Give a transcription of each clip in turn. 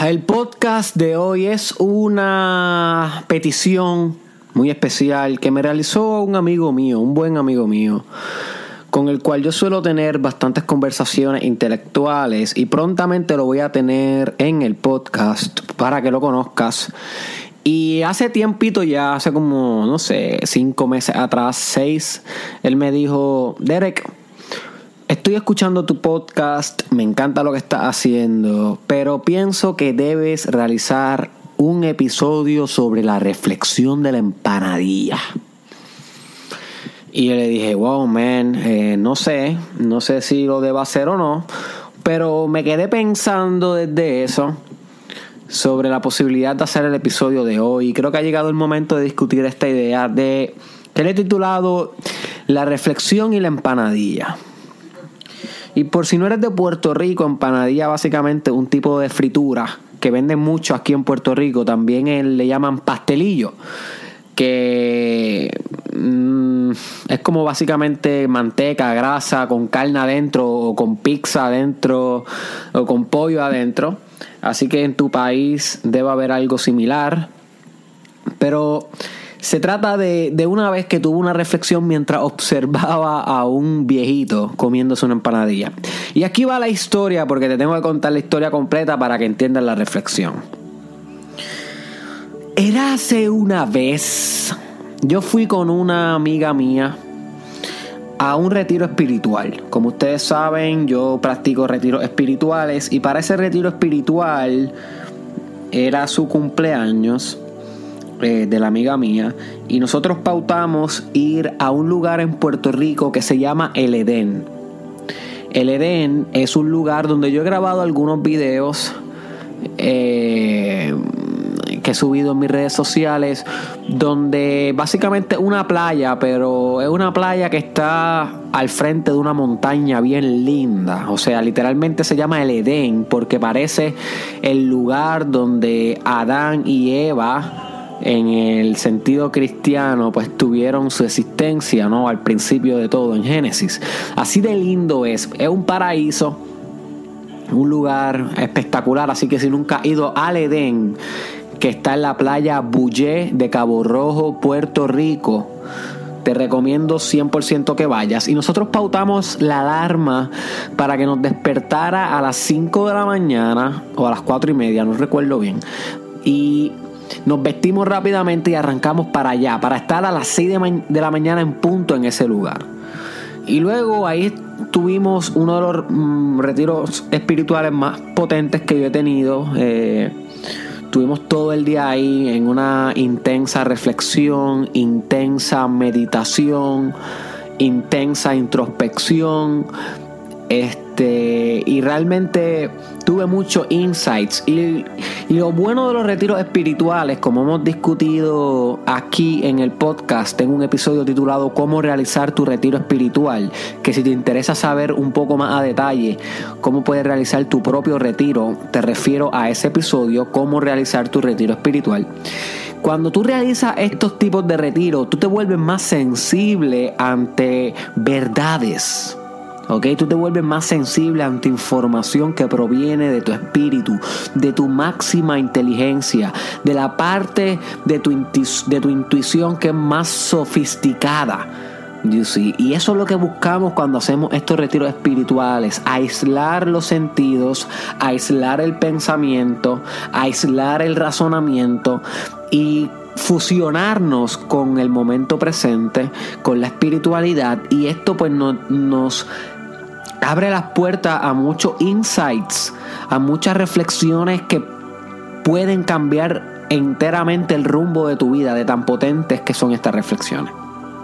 El podcast de hoy es una petición muy especial que me realizó un amigo mío, un buen amigo mío, con el cual yo suelo tener bastantes conversaciones intelectuales y prontamente lo voy a tener en el podcast para que lo conozcas. Y hace tiempito ya, hace como, 5 meses atrás, 6, él me dijo: Derek, estoy escuchando tu podcast, me encanta lo que estás haciendo, pero pienso que debes realizar un episodio sobre la reflexión de la empanadilla. Y yo le dije: wow, man, no sé si lo debo hacer o no, pero me quedé pensando desde eso sobre la posibilidad de hacer el episodio de hoy. Creo que ha llegado el momento de discutir esta idea que le he titulado La reflexión y la empanadilla. Y por si no eres de Puerto Rico, empanadilla básicamente un tipo de fritura que venden mucho aquí en Puerto Rico. También le llaman pastelillo, que es como básicamente manteca, grasa con carne adentro, o con pizza adentro, o con pollo adentro. Así que en tu país debe haber algo similar. Pero se trata de una vez que tuve una reflexión mientras observaba a un viejito comiéndose una empanadilla. Y aquí va la historia, porque te tengo que contar la historia completa para que entiendas la reflexión. Érase una vez, yo fui con una amiga mía a un retiro espiritual. Como ustedes saben, yo practico retiros espirituales, y para ese retiro espiritual era su cumpleaños de la amiga mía, y nosotros pautamos ir a un lugar en Puerto Rico que se llama El Edén. El Edén es un lugar donde yo he grabado algunos videos que he subido en mis redes sociales, donde básicamente es una playa, pero es una playa que está al frente de una montaña bien linda. O sea, literalmente se llama El Edén porque parece el lugar donde Adán y Eva, en el sentido cristiano, pues tuvieron su existencia, ¿no? Al principio de todo, en Génesis. Así de lindo es un paraíso, un lugar espectacular. Así que si nunca has ido al Edén, que está en la playa Bullé de Cabo Rojo, Puerto Rico, te recomiendo 100% que vayas. Y nosotros pautamos la alarma para que nos despertara a las 5 de la mañana o a las 4:30, no recuerdo bien. Y nos vestimos rápidamente y arrancamos para allá, para estar a las 6 de la mañana en punto en ese lugar. Y luego ahí tuvimos uno de los retiros espirituales más potentes que yo he tenido. Tuvimos todo el día ahí en una intensa reflexión, intensa meditación, intensa introspección. Y realmente tuve muchos insights. Y lo bueno de los retiros espirituales, como hemos discutido aquí en el podcast, tengo un episodio titulado Cómo realizar tu retiro espiritual, que si te interesa saber un poco más a detalle cómo puedes realizar tu propio retiro, te refiero a ese episodio, Cómo realizar tu retiro espiritual. Cuando tú realizas estos tipos de retiro, tú te vuelves más sensible ante verdades. Okay, tú te vuelves más sensible ante información que proviene de tu espíritu, de tu máxima inteligencia, de la parte de tu intuición que es más sofisticada. You see? Y eso es lo que buscamos cuando hacemos estos retiros espirituales: aislar los sentidos, aislar el pensamiento, aislar el razonamiento y fusionarnos con el momento presente, con la espiritualidad. Y esto pues nos abre las puertas a muchos insights, a muchas reflexiones que pueden cambiar enteramente el rumbo de tu vida, de tan potentes que son estas reflexiones.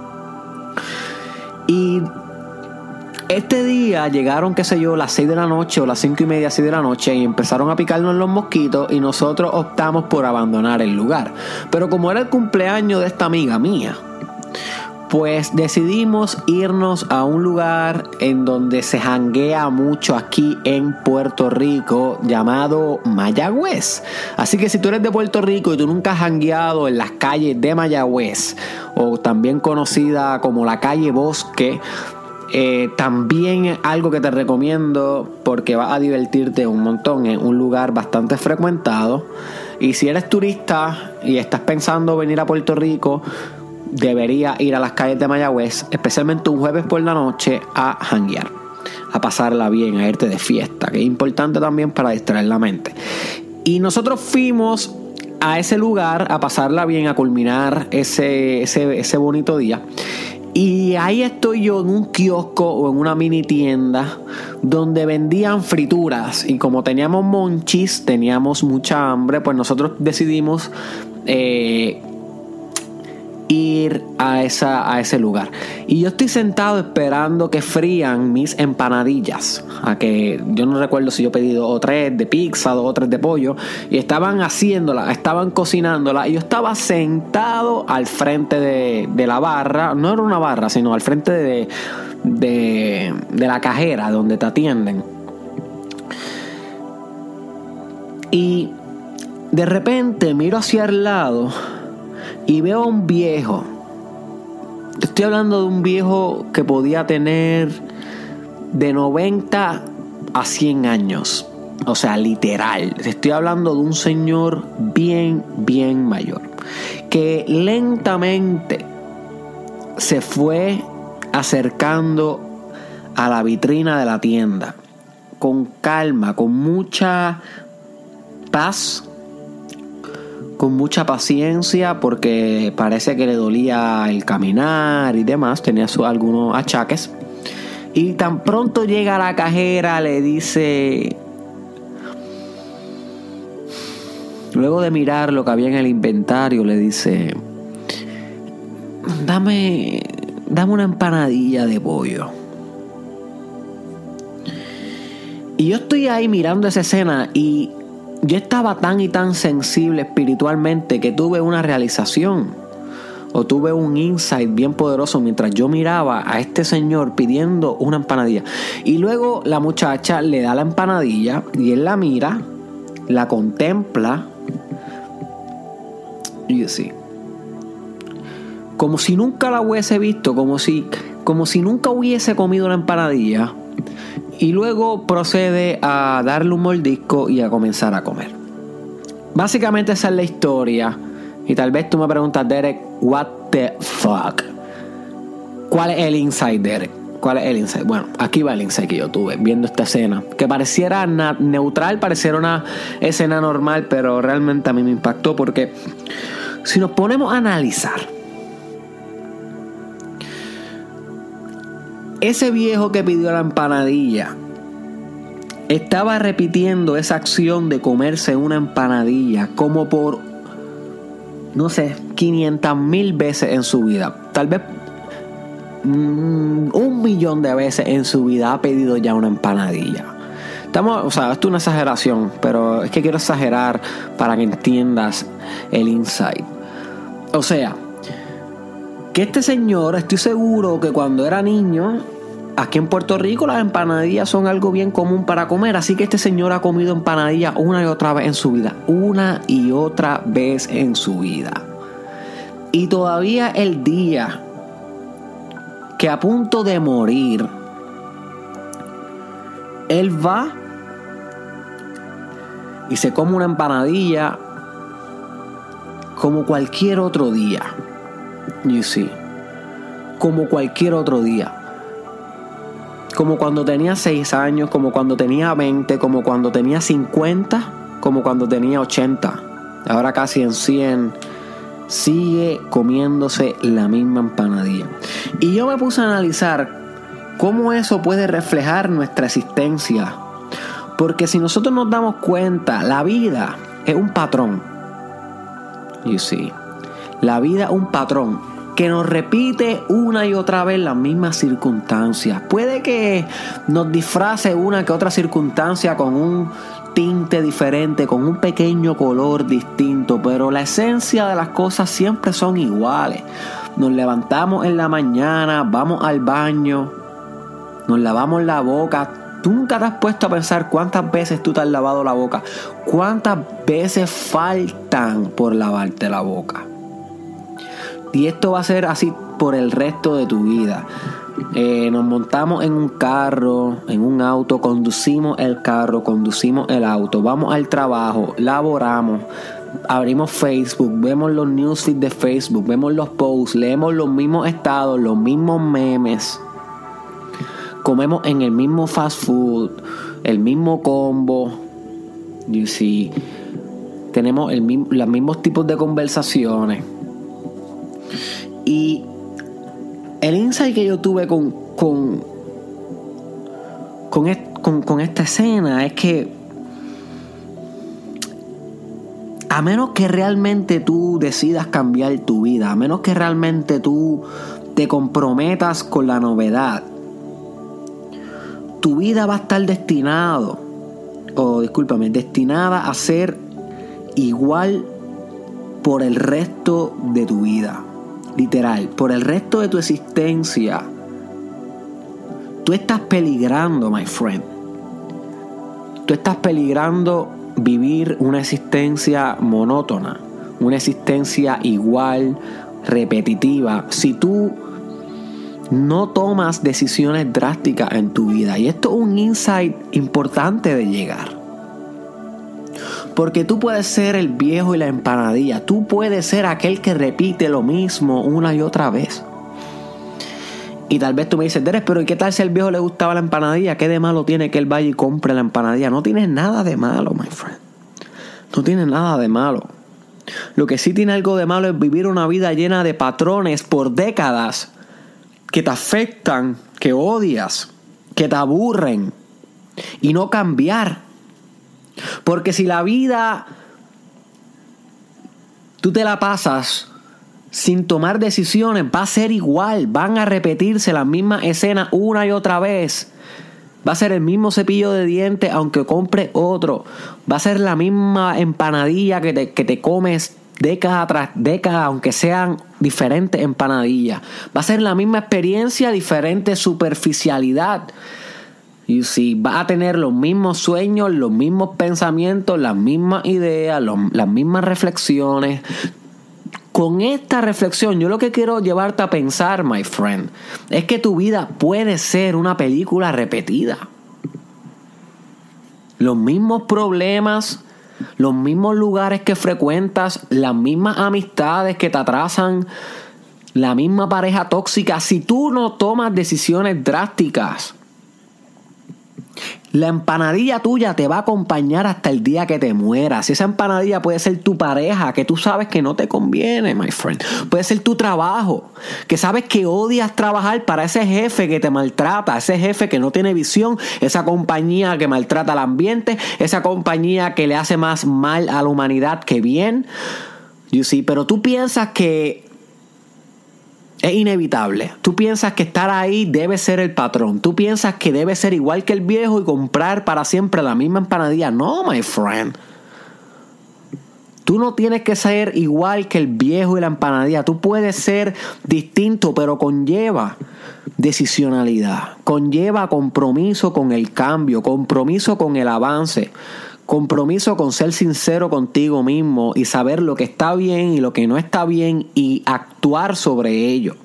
Y este día llegaron, las 6 de la noche o las 5:30, 6 de la noche, y empezaron a picarnos los mosquitos, y nosotros optamos por abandonar el lugar. Pero como era el cumpleaños de esta amiga mía, pues decidimos irnos a un lugar en donde se janguea mucho aquí en Puerto Rico, llamado Mayagüez. Así que si tú eres de Puerto Rico y tú nunca has jangueado en las calles de Mayagüez, o también conocida como la calle Bosque, También es algo que te recomiendo porque vas a divertirte un montón. Es un lugar bastante frecuentado. Y si eres turista y estás pensando venir a Puerto Rico, deberías ir a las calles de Mayagüez, especialmente un jueves por la noche, a janguear, a pasarla bien, a irte de fiesta, que es importante también para distraer la mente. Y nosotros fuimos a ese lugar a pasarla bien, a culminar ese bonito día. Y ahí estoy yo en un kiosco o en una mini tienda donde vendían frituras. Y como teníamos monchis, teníamos mucha hambre, pues nosotros decidimos ir a ese lugar. Y yo estoy sentado esperando que frían mis empanadillas. A que yo no recuerdo si yo pedí 2 o 3 de pizza, 2 o 3 de pollo. Y estaban haciéndola, estaban cocinándola. Y yo estaba sentado al frente de la barra. No era una barra, sino al frente de la cajera donde te atienden. Y de repente miro hacia el lado y veo a un viejo. Estoy hablando de un viejo que podía tener de 90 a 100 años. O sea, literal. Estoy hablando de un señor bien, bien mayor, que lentamente se fue acercando a la vitrina de la tienda. Con calma, con mucha paz, con mucha paciencia, porque parece que le dolía el caminar y demás, tenía algunos achaques. Y tan pronto llega a la cajera, le dice, luego de mirar lo que había en el inventario, le dice, dame una empanadilla de pollo. Y yo estoy ahí mirando esa escena y yo estaba tan y tan sensible espiritualmente que tuve una realización o tuve un insight bien poderoso mientras yo miraba a este señor pidiendo una empanadilla. Y luego la muchacha le da la empanadilla y él la mira, la contempla y así, como si nunca la hubiese visto, como si nunca hubiese comido una empanadilla. Y luego procede a darle un mordisco y a comenzar a comer. Básicamente esa es la historia. Y tal vez tú me preguntas, Derek, what the fuck? ¿Cuál es el insight, Derek? ¿Cuál es el insight? Bueno, aquí va el insight que yo tuve viendo esta escena. Que pareciera neutral, pareciera una escena normal, pero realmente a mí me impactó porque si nos ponemos a analizar, ese viejo que pidió la empanadilla estaba repitiendo esa acción de comerse una empanadilla como por, no sé, 500,000 veces en su vida. Tal vez 1,000,000 de veces en su vida ha pedido ya una empanadilla. O sea, esto es una exageración, pero es que quiero exagerar para que entiendas el insight. O sea, que este señor, estoy seguro que cuando era niño, aquí en Puerto Rico las empanadillas son algo bien común para comer. Así que este señor ha comido empanadillas una y otra vez en su vida. Una y otra vez en su vida. Y todavía el día que a punto de morir, él va y se come una empanadilla como cualquier otro día. You see, como cualquier otro día. Como cuando tenía 6 años, como cuando tenía 20, como cuando tenía 50, como cuando tenía 80. Ahora casi en 100. Sigue comiéndose la misma empanadilla. Y yo me puse a analizar cómo eso puede reflejar nuestra existencia. Porque si nosotros nos damos cuenta, la vida es un patrón. You see, la vida es un patrón que nos repite una y otra vez las mismas circunstancias. Puede que nos disfrace una que otra circunstancia con un tinte diferente, con un pequeño color distinto, pero la esencia de las cosas siempre son iguales. Nos levantamos en la mañana, vamos al baño, nos lavamos la boca. ¿Tú nunca te has puesto a pensar cuántas veces tú te has lavado la boca? ¿Cuántas veces faltan por lavarte la boca? Y esto va a ser así por el resto de tu vida. Nos montamos en un carro, en un auto, conducimos el carro, conducimos el auto, vamos al trabajo, laboramos, abrimos Facebook, vemos los newsfeeds de Facebook, vemos los posts, leemos los mismos estados, los mismos memes, comemos en el mismo fast food, el mismo combo, you see, tenemos los mismos tipos de conversaciones. Y el insight que yo tuve con esta escena es que a menos que realmente tú decidas cambiar tu vida, a menos que realmente tú te comprometas con la novedad, tu vida va a estar destinada a ser igual por el resto de tu vida. Literal, por el resto de tu existencia. Tú estás peligrando, my friend. Tú estás peligrando vivir una existencia monótona, una existencia igual, repetitiva, si tú no tomas decisiones drásticas en tu vida. Y esto es un insight importante de llegar. Porque tú puedes ser el viejo y la empanadilla. Tú puedes ser aquel que repite lo mismo una y otra vez. Y tal vez tú me dices, Derek, pero ¿y qué tal si al viejo le gustaba la empanadilla? ¿Qué de malo tiene que él vaya y compre la empanadilla? No tiene nada de malo, my friend. No tiene nada de malo. Lo que sí tiene algo de malo es vivir una vida llena de patrones por décadas que te afectan, que odias, que te aburren y no cambiar. Porque si la vida tú te la pasas sin tomar decisiones, va a ser igual. Van a repetirse las mismas escenas una y otra vez. Va a ser el mismo cepillo de dientes aunque compres otro. Va a ser la misma empanadilla que te comes década tras década, aunque sean diferentes empanadillas. Va a ser la misma experiencia, diferente superficialidad. Y si vas a tener los mismos sueños, los mismos pensamientos, las mismas ideas, las mismas reflexiones. Con esta reflexión, yo lo que quiero llevarte a pensar, my friend, es que tu vida puede ser una película repetida. Los mismos problemas, los mismos lugares que frecuentas, las mismas amistades que te atrasan, la misma pareja tóxica. Si tú no tomas decisiones drásticas, la empanadilla tuya te va a acompañar hasta el día que te mueras. Esa empanadilla puede ser tu pareja, que tú sabes que no te conviene, my friend. Puede ser tu trabajo, que sabes que odias trabajar para ese jefe que te maltrata, ese jefe que no tiene visión, esa compañía que maltrata al ambiente, esa compañía que le hace más mal a la humanidad que bien. You see, pero tú piensas que es inevitable. Tú piensas que estar ahí debe ser el patrón. Tú piensas que debe ser igual que el viejo y comprar para siempre la misma empanadilla. No, my friend. Tú no tienes que ser igual que el viejo y la empanadilla. Tú puedes ser distinto, pero conlleva decisionalidad. Conlleva compromiso con el cambio, compromiso con el avance. Compromiso con ser sincero contigo mismo y saber lo que está bien y lo que no está bien y actuar sobre ello.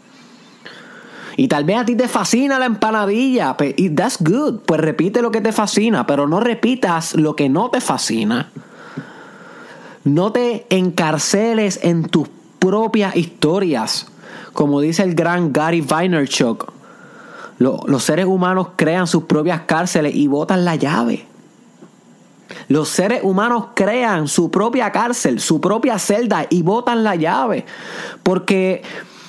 Y tal vez a ti te fascina la empanadilla, y that's good, pues repite lo que te fascina, pero no repitas lo que no te fascina. No te encarceles en tus propias historias. Como dice el gran Gary Vaynerchuk, los seres humanos crean sus propias cárceles y botan la llave. Los seres humanos crean su propia cárcel, su propia celda y botan la llave. Porque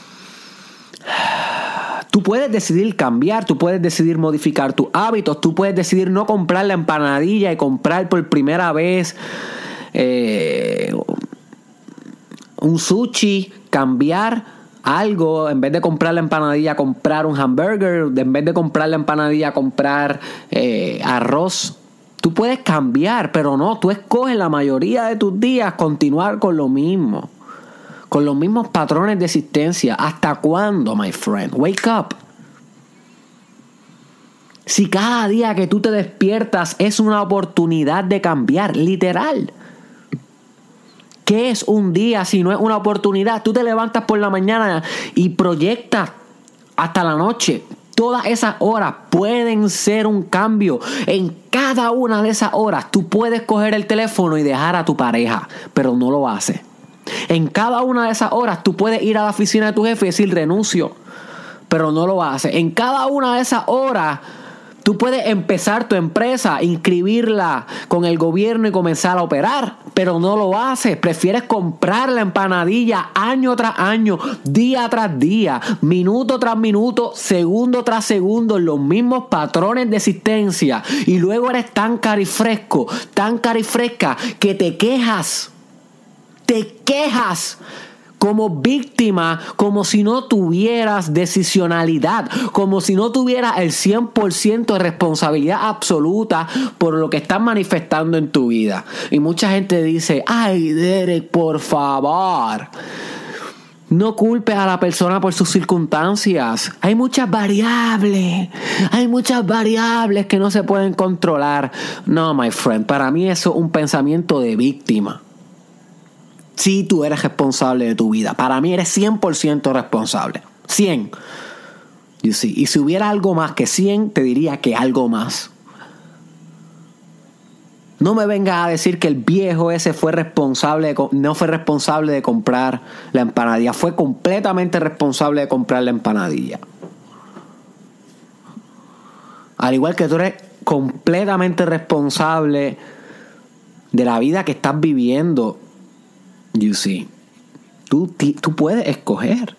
tú puedes decidir cambiar, tú puedes decidir modificar tus hábitos, tú puedes decidir no comprar la empanadilla y comprar por primera vez un sushi, cambiar algo, en vez de comprar la empanadilla, comprar un hamburger, en vez de comprar la empanadilla, comprar arroz. Tú puedes cambiar, pero no, tú escoges la mayoría de tus días continuar con lo mismo, con los mismos patrones de existencia. ¿Hasta cuándo, my friend? Wake up. Si cada día que tú te despiertas es una oportunidad de cambiar, literal. ¿Qué es un día si no es una oportunidad? Tú te levantas por la mañana y proyectas hasta la noche. Todas esas horas pueden ser un cambio. En cada una de esas horas tú puedes coger el teléfono y dejar a tu pareja, pero no lo haces. En cada una de esas horas tú puedes ir a la oficina de tu jefe y decir renuncio, pero no lo haces. En cada una de esas horas tú puedes empezar tu empresa, inscribirla con el gobierno y comenzar a operar, pero no lo haces. Prefieres comprar la empanadilla año tras año, día tras día, minuto tras minuto, segundo tras segundo, los mismos patrones de existencia. Y luego eres tan carifresco, tan carifresca, que te quejas. Te quejas como víctima, como si no tuvieras decisionalidad, como si no tuvieras el 100% de responsabilidad absoluta por lo que estás manifestando en tu vida. Y mucha gente dice, ay, Derek, por favor, no culpes a la persona por sus circunstancias. Hay muchas variables que no se pueden controlar. No, my friend, para mí eso es un pensamiento de víctima. Si tú eres responsable de tu vida. Para mí eres 100% responsable. 100. You see. Y si hubiera algo más que 100, te diría que algo más. No me vengas a decir que el viejo ese no fue responsable de comprar la empanadilla. Fue completamente responsable de comprar la empanadilla. Al igual que tú eres completamente responsable de la vida que estás viviendo. You see. Tú puedes escoger.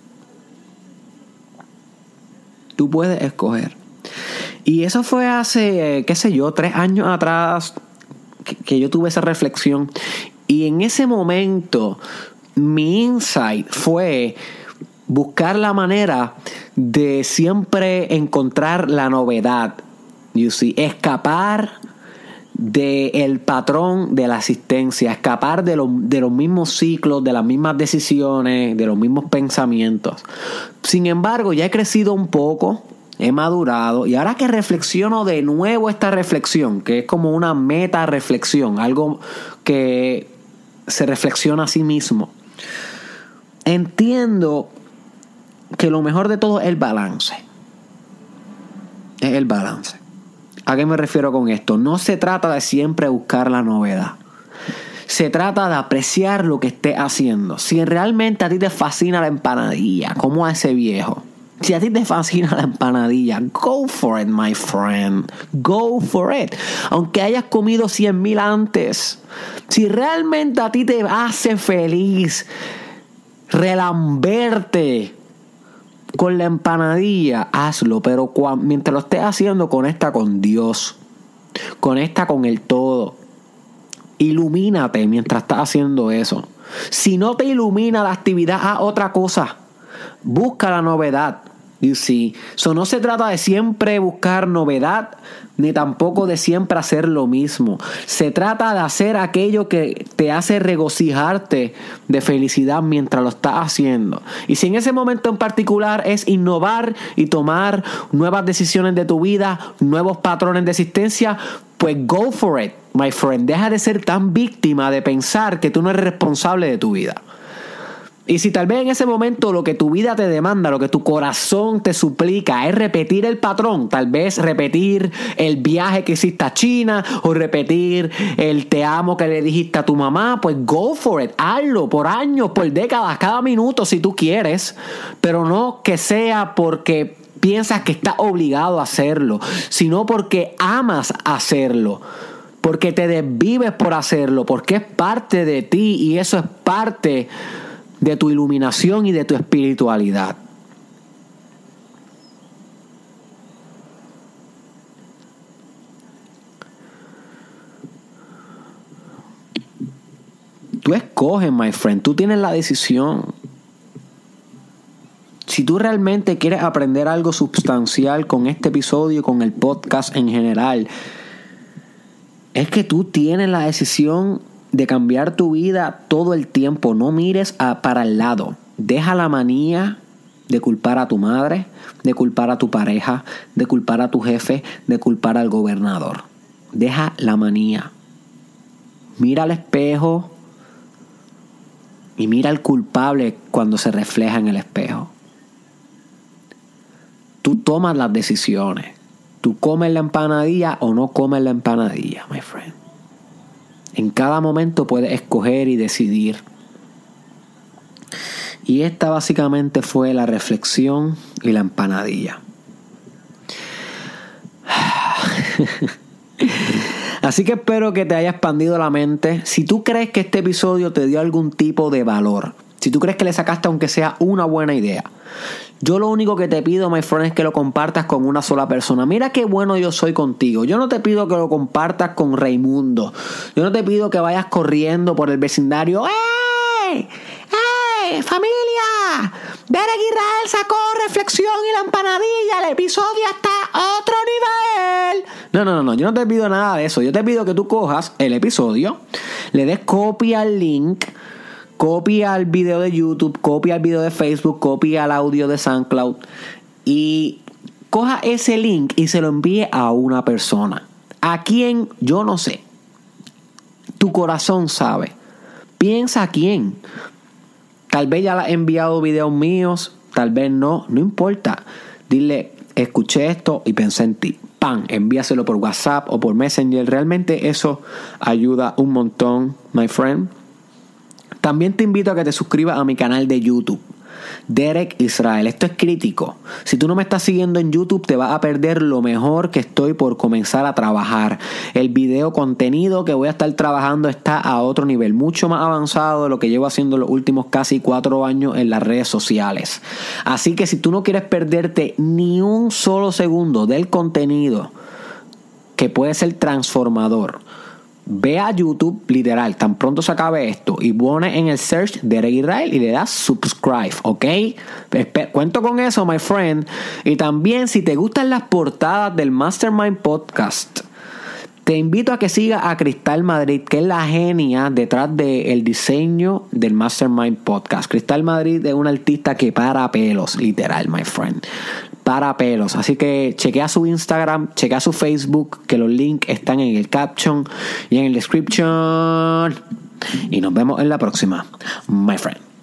Tú puedes escoger. Y eso fue hace, 3 años atrás que yo tuve esa reflexión. Y en ese momento mi insight fue buscar la manera de siempre encontrar la novedad. You see. Escapar del patrón de la asistencia, escapar de los mismos ciclos, de las mismas decisiones, de los mismos pensamientos. Sin embargo, ya he crecido un poco, he madurado, y ahora que reflexiono de nuevo esta reflexión, que es como una meta reflexión, algo que se reflexiona a sí mismo, entiendo que lo mejor de todo es el balance. Es el balance. ¿A qué me refiero con esto? No se trata de siempre buscar la novedad. Se trata de apreciar lo que estés haciendo. Si realmente a ti te fascina la empanadilla, como a ese viejo. Si a ti te fascina la empanadilla, go for it, my friend. Go for it. Aunque hayas comido 100,000 antes. Si realmente a ti te hace feliz relamberte con la empanadilla, hazlo, pero mientras lo estés haciendo, conecta con Dios, conecta con el todo, ilumínate mientras estás haciendo eso. Si no te ilumina la actividad, haz otra cosa, busca la novedad. You see. So, no se trata de siempre buscar novedad, ni tampoco de siempre hacer lo mismo. Se trata de hacer aquello que te hace regocijarte de felicidad mientras lo estás haciendo. Y si en ese momento en particular es innovar y tomar nuevas decisiones de tu vida, nuevos patrones de existencia, pues go for it, my friend. Deja de ser tan víctima de pensar que tú no eres responsable de tu vida. Y si tal vez en ese momento lo que tu vida te demanda, lo que tu corazón te suplica es repetir el patrón, tal vez repetir el viaje que hiciste a China o repetir el te amo que le dijiste a tu mamá, pues go for it, hazlo por años, por décadas, cada minuto si tú quieres, pero no que sea porque piensas que estás obligado a hacerlo, sino porque amas hacerlo. Porque te desvives por hacerlo, porque es parte de ti y eso es parte de tu iluminación y de tu espiritualidad. Tú escoges, my friend. Tú tienes la decisión. Si tú realmente quieres aprender algo sustancial con este episodio y con el podcast en general, es que tú tienes la decisión de cambiar tu vida todo el tiempo. No mires para el lado. Deja la manía de culpar a tu madre, de culpar a tu pareja, de culpar a tu jefe, de culpar al gobernador. Deja la manía. Mira al espejo y mira al culpable cuando se refleja en el espejo. tomas las decisiones. Tú comes la empanadilla o no comes la empanadilla, my friend. En cada momento puedes escoger y decidir. Y esta básicamente fue la reflexión y la empanadilla. Así que espero que te haya expandido la mente. Si tú crees que este episodio te dio algún tipo de valor, si tú crees que le sacaste aunque sea una buena idea, yo lo único que te pido, my friend, es que lo compartas con una sola persona. Mira qué bueno yo soy contigo. Yo no te pido que lo compartas con Raimundo. Yo no te pido que vayas corriendo por el vecindario. ¡Ey! ¡Ey! ¡Familia! Derek Israel sacó reflexión y la empanadilla. El episodio está a otro nivel. No. Yo no te pido nada de eso. Yo te pido que tú cojas el episodio, le des copia al link, copia al video de YouTube, copia al video de Facebook, copia al audio de SoundCloud y coja ese link y se lo envíe a una persona. A quien yo no sé. Tu corazón sabe. Piensa a quién. Tal vez ya le he enviado videos míos, tal vez no importa. Dile, escuché esto y pensé en ti. ¡Pam! Envíaselo por WhatsApp o por Messenger. Realmente eso ayuda un montón, my friend. También te invito a que te suscribas a mi canal de YouTube, Derek Israel. Esto es crítico. Si tú no me estás siguiendo en YouTube, te vas a perder lo mejor que estoy por comenzar a trabajar. El video contenido que voy a estar trabajando está a otro nivel, mucho más avanzado de lo que llevo haciendo los últimos casi 4 años en las redes sociales. Así que si tú no quieres perderte ni un solo segundo del contenido que puede ser transformador, ve a YouTube, literal, tan pronto se acabe esto, y pone en el search Derek Israel y le das subscribe, ¿ok? Cuento con eso, my friend. Y también, si te gustan las portadas del Mastermind Podcast, te invito a que sigas a Cristal Madrid, que es la genia detrás del diseño del Mastermind Podcast. Cristal Madrid es una artista que para pelos, literal, my friend. Para pelos. Así que chequea su Instagram, chequea su Facebook, que los links están en el caption y en el description. Y nos vemos en la próxima, my friend.